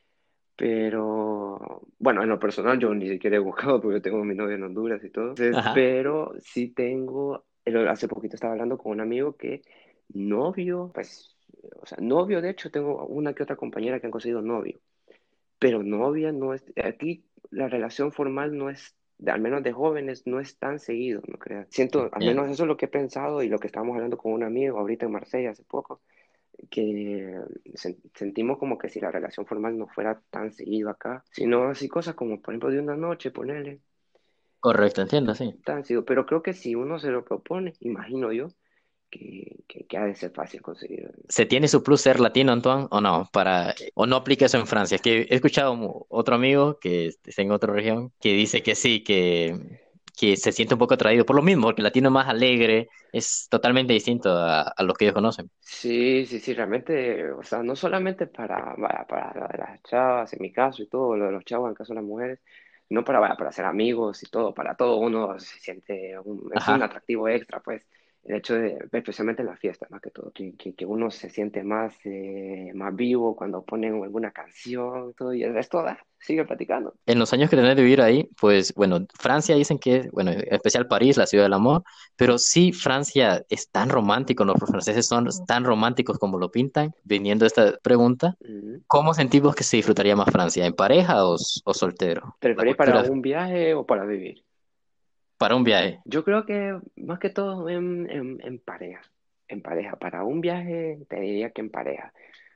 Pero bueno, en lo personal yo ni siquiera he buscado porque yo tengo mi novia en Honduras y todo. Entonces, ajá. pero sí tengo, el- hace poquito estaba hablando con un amigo que novio, pues, o sea, novio, de hecho, tengo una que otra compañera que han conseguido novio, pero novia no es, aquí la relación formal no es, de- al menos de jóvenes, no es tan seguido, no creas. Siento, al Bien. menos eso es lo que he pensado y lo que estábamos hablando con un amigo ahorita en Marsella hace poco que sen- sentimos como que si la relación formal no fuera tan seguido acá, sino así cosas como, por ejemplo, de una noche, ponerle, Correcto, entiendo, sí. tan seguido. Pero creo que si uno se lo propone, imagino yo, que, que, que ha de ser fácil conseguir. ¿Se tiene su plus ser latino, Antoine, o no? Para, o no aplica eso en Francia. Es que he escuchado mu- otro amigo que es en otra región que dice que sí, que, que se siente un poco atraído por lo mismo, porque el latino es más alegre, es totalmente distinto a, a lo que ellos conocen. Sí, sí, sí, realmente, o sea, no solamente para, vaya, para lo de las chavas, en mi caso y todo, lo de los chavos en el caso de las mujeres, no para, vaya, para ser amigos y todo, para todo uno se siente, un, es un Ajá. atractivo extra, pues, el hecho de, especialmente en las fiestas, más que todo, que, que, que uno se siente más, eh, más vivo cuando ponen alguna canción, todo, y el resto, ah, sigue platicando. En los años que tenés de vivir ahí, pues bueno, Francia dicen que, bueno, en especial París, la ciudad del amor, pero sí Francia es tan romántico, los franceses son tan románticos como lo pintan, viniendo esta pregunta, Ujú. ¿cómo sentimos que se disfrutaría más Francia? ¿En pareja o, s- o soltero? La ¿Preferís para cultura un viaje o para vivir? para un viaje. Yo creo que más que todo en, en, en pareja, en pareja. Para un viaje te diría que en pareja,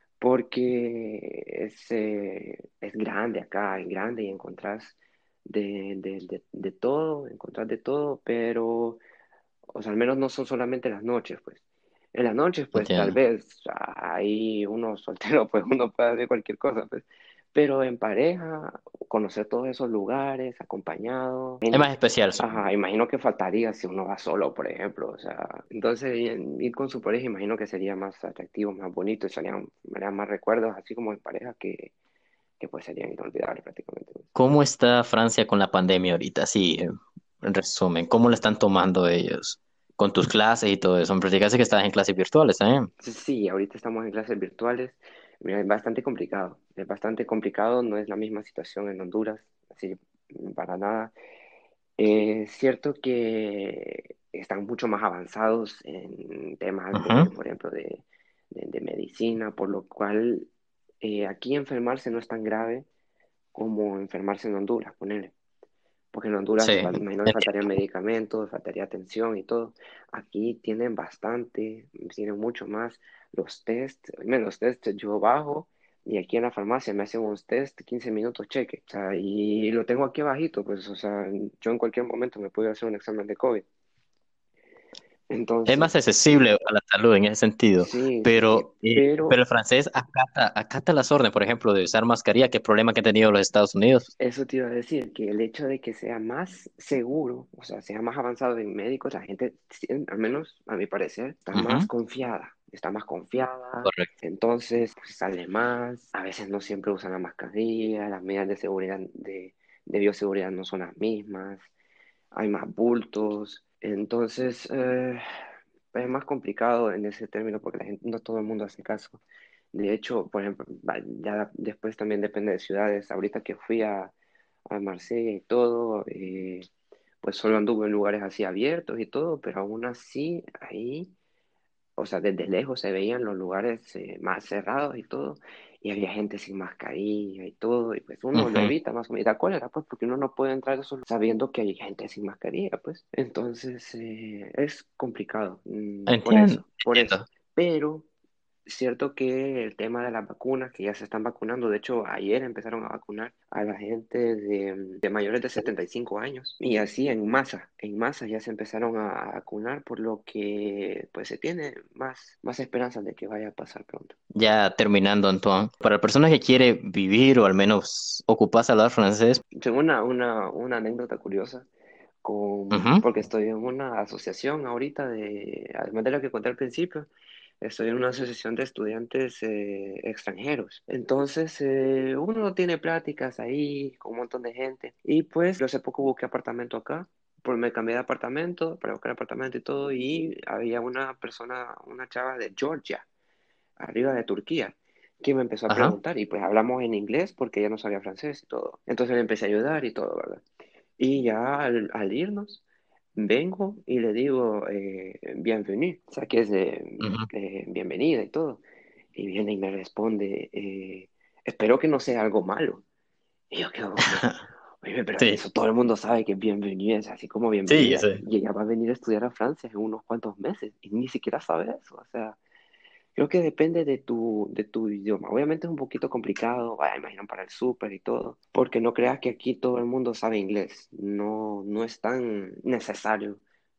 porque es, eh, es grande acá, es grande y encontrás de, de, de, de todo, encontrás de todo, pero, o sea, al menos no son solamente las noches, pues. En las noches, pues tal Entiendo. vez ahí uno soltero, pues uno puede hacer cualquier cosa, pues. Pero en pareja, conocer todos esos lugares, acompañado. Es más especial, supongo. Ajá, imagino que faltaría si uno va solo, por ejemplo, o sea, entonces ir ir con su pareja imagino que sería más atractivo, más bonito, y serían, serían más recuerdos, así como en pareja, que, que pues serían inolvidables prácticamente. ¿Cómo está Francia con la pandemia ahorita? Sí, eh, en resumen, ¿cómo la están tomando ellos? Con tus clases y todo eso. Me platicaste que estabas en clases virtuales, ¿eh? Sí, sí, ahorita estamos en clases virtuales, mira, es bastante complicado, es bastante complicado, no es la misma situación en Honduras, así para nada. Es cierto que están mucho más avanzados en temas de, Ujú. por ejemplo, de, de- de medicina, por lo cual eh, aquí enfermarse no es tan grave como enfermarse en Honduras, ponele. Porque en Honduras Sí, me fal- imagino que faltarían entiendo. medicamentos, faltaría atención y todo. Aquí tienen bastante, tienen mucho más. Los test, oíme, los test yo bajo y aquí en la farmacia me hacen unos test, quince minutos cheque. O sea, y lo tengo aquí abajito, pues, o sea, yo en cualquier momento me puedo hacer un examen de COVID. Es más Entonces, accesible a la salud en ese sentido, sí, sí, sí, pero, eh, pero pero el francés acata, acata las órdenes, por ejemplo, de usar mascarilla, que es problema que han tenido los Estados Unidos. eso te iba a decir, que el hecho de que sea más seguro, o sea, sea más avanzado en médicos, la gente, sí, al menos a mi parecer, está más Ujú. confiada, está más confiada, Correcto. entonces pues, sale más, a veces no siempre usan la mascarilla, las medidas de seguridad, de, de bioseguridad no son las mismas, hay más bultos, entonces eh, es más complicado en ese término porque la gente, no todo el mundo hace caso. De hecho, por ejemplo, va- ya después también depende de ciudades. Ahorita que fui a, a Marsella y todo, eh, pues solo anduve en lugares así abiertos y todo, pero aún así ahí, o sea, desde lejos se veían los lugares eh, más cerrados y todo, y había gente sin mascarilla y todo, y pues uno lo Ujú. evita más o menos. Da cólera, pues, porque uno no puede entrar a esos lugares sabiendo que hay gente sin mascarilla, pues. Entonces, eh, es complicado, mm, por Entiendo, eso, por eso. entiendo. Pero cierto que el tema de las vacunas, que ya se están vacunando, de hecho ayer empezaron a vacunar a la gente de, de mayores de setenta y cinco años y así en masa, en masa ya se empezaron a vacunar, por lo que pues se tiene más, más esperanzas de que vaya a pasar pronto. Ya terminando, Antoine, para la persona que quiere vivir o al menos ocuparse a hablar francés, Tengo una, una, una anécdota curiosa con, ujú, porque estoy en una asociación ahorita de, además de la que conté al principio, estoy en una asociación de estudiantes eh, extranjeros. Entonces, eh, uno tiene pláticas ahí con un montón de gente. Y pues, yo hace poco busqué apartamento acá. Pues me cambié de apartamento para buscar apartamento y todo. Y había una persona, una chava de Georgia, arriba de Turquía, que me empezó a ajá, preguntar. Y pues hablamos en inglés porque ella no sabía francés y todo. Entonces le empecé a ayudar y todo, ¿verdad? Y ya al, al irnos, vengo y le digo, eh, bienvenue, o sea, que es de ujú. eh, bienvenida y todo. Y viene y me responde, eh, espero que no sea algo malo. Y yo quedo como, oye, pero Sí, eso todo el mundo sabe que es bienvenue, es así como sí, bienvenida. sí. Y ella va a venir a estudiar a Francia en unos cuantos meses y ni siquiera sabe eso, o sea. Creo que depende de tu, de tu idioma. Obviamente es un poquito complicado, vaya, imagino para el súper y todo, porque no creas que aquí todo el mundo sabe inglés. No, no es tan necesario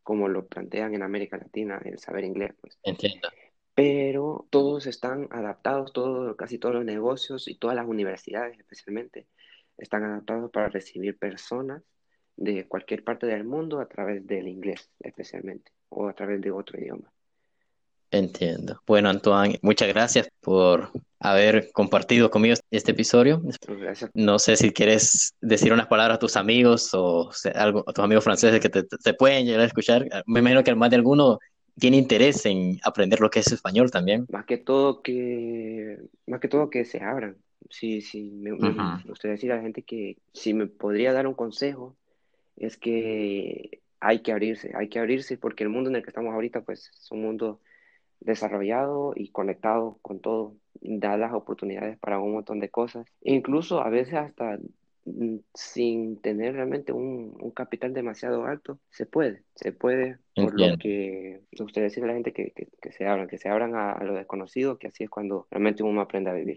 como lo plantean en América Latina, el saber inglés, pues. entiendo. Pero todos están adaptados, todo, casi todos los negocios y todas las universidades especialmente están adaptados para recibir personas de cualquier parte del mundo a través del inglés especialmente o a través de otro idioma. Entiendo. Bueno, Antoine, muchas gracias por haber compartido conmigo este episodio. Gracias. No sé si quieres decir unas palabras a tus amigos o se- algo, a tus amigos franceses que te, te pueden llegar a escuchar. Me imagino que más de alguno tiene interés en aprender lo que es español también. Más que todo que, más que todo que se abran. Sí, sí, me, me Ujú. gustaría decir a la gente que si me podría dar un consejo es que hay que abrirse, hay que abrirse porque el mundo en el que estamos ahorita pues es un mundo desarrollado y conectado con todo, da las oportunidades para un montón de cosas, e incluso a veces hasta mm, sin tener realmente un, un capital demasiado alto, se puede, se puede, por lo Entiendo. que me gustaría decirle a la gente que, que, que se abran, que se abran a, a lo desconocido, que así es cuando realmente uno aprende a vivir.